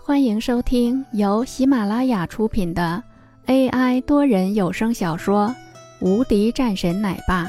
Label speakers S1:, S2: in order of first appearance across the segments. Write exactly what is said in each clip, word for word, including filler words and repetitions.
S1: 欢迎收听由喜马拉雅出品的 A I 多人有声小说《无敌战神奶爸》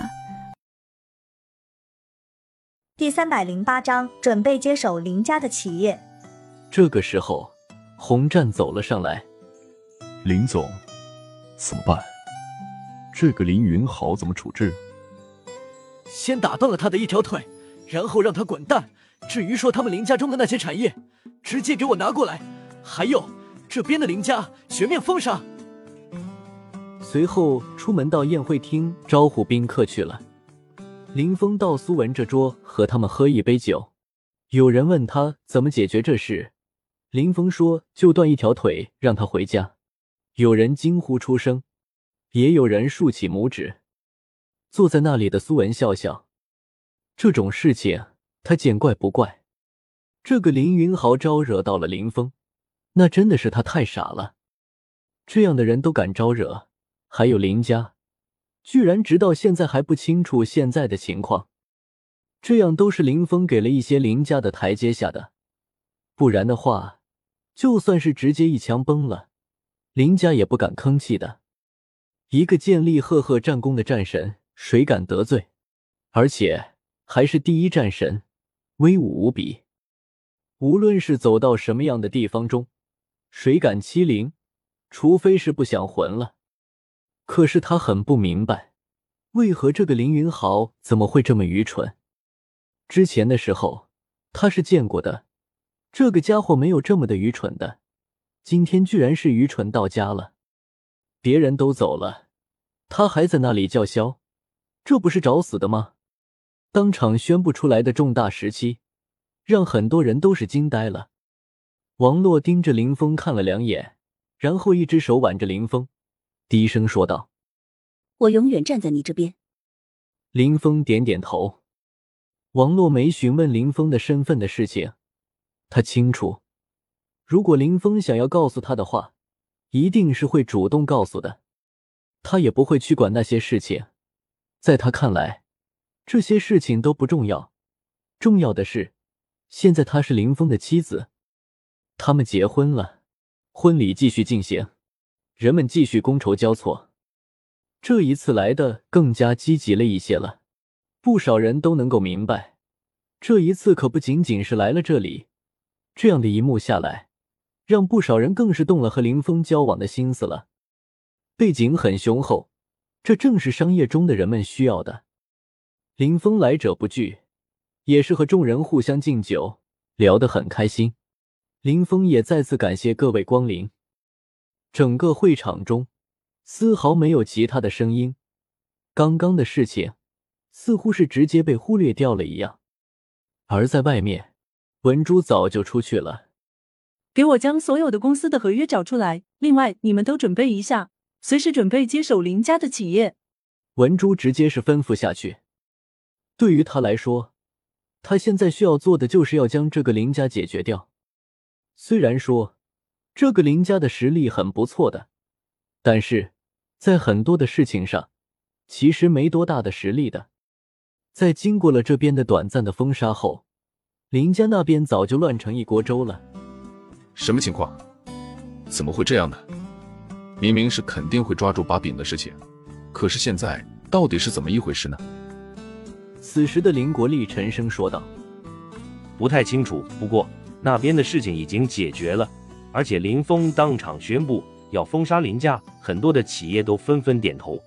S2: 第三百零八章，准备接手林家的企业。
S3: 这个时候，洪战走了上来。
S4: 林总，怎么办？这个林云豪怎么处置？
S3: 先打断了他的一条腿，然后让他滚蛋。至于说他们林家中的那些产业，直接给我拿过来。还有这边的林家全面封杀。随后出门到宴会厅招呼宾客去了。林峰到苏文这桌和他们喝一杯酒。有人问他怎么解决这事，林峰说就断一条腿让他回家。有人惊呼出声，也有人竖起拇指。坐在那里的苏文笑笑，这种事情他见怪不怪。这个林云豪招惹到了林峰，那真的是他太傻了。这样的人都敢招惹，还有林家，居然直到现在还不清楚现在的情况。这样都是林峰给了一些林家的台阶下的，不然的话，就算是直接一枪崩了，林家也不敢吭气的。一个建立赫赫战功的战神，谁敢得罪？而且还是第一战神，威武无比。无论是走到什么样的地方中，谁敢欺凌，除非是不想混了。可是他很不明白，为何这个林云豪怎么会这么愚蠢。之前的时候他是见过的，这个家伙没有这么的愚蠢的，今天居然是愚蠢到家了。别人都走了，他还在那里叫嚣，这不是找死的吗？当场宣布出来的重大时期，让很多人都是惊呆了。王洛盯着林峰看了两眼，然后一只手挽着林峰，低声说道：
S5: 我永远站在你这边。
S3: 林峰点点头。王洛没询问林峰的身份的事情，他清楚，如果林峰想要告诉他的话，一定是会主动告诉的，他也不会去管那些事情。在他看来，这些事情都不重要，重要的是现在他是林峰的妻子，他们结婚了，婚礼继续进行，人们继续觥筹交错。这一次来的更加积极了一些了，不少人都能够明白，这一次可不仅仅是来了这里。这样的一幕下来，让不少人更是动了和林峰交往的心思了。背景很雄厚，这正是商业中的人们需要的。林峰来者不拒，也是和众人互相敬酒，聊得很开心。林峰也再次感谢各位光临。整个会场中丝毫没有其他的声音，刚刚的事情似乎是直接被忽略掉了一样。而在外面，文珠早就出去了。
S6: 给我将所有的公司的合约找出来，另外你们都准备一下，随时准备接手林家的企业。
S3: 文珠直接是吩咐下去。对于他来说，他现在需要做的就是要将这个林家解决掉。虽然说这个林家的实力很不错的，但是在很多的事情上其实没多大的实力的。在经过了这边的短暂的封杀后，林家那边早就乱成一锅粥了。
S4: 什么情况？怎么会这样呢？明明是肯定会抓住把柄的事情，可是现在到底是怎么一回事呢？
S3: 此时的林国立沉声说道：
S7: 不太清楚，不过那边的事情已经解决了，而且林峰当场宣布要封杀林家，很多的企业都纷纷点头。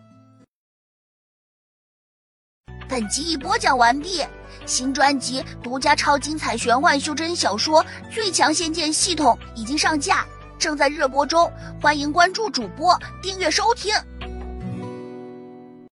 S8: 本集已播讲完毕，新专辑独家超精彩玄幻修真小说《最强仙剑系统》已经上架，正在热播中，欢迎关注主播，订阅收听。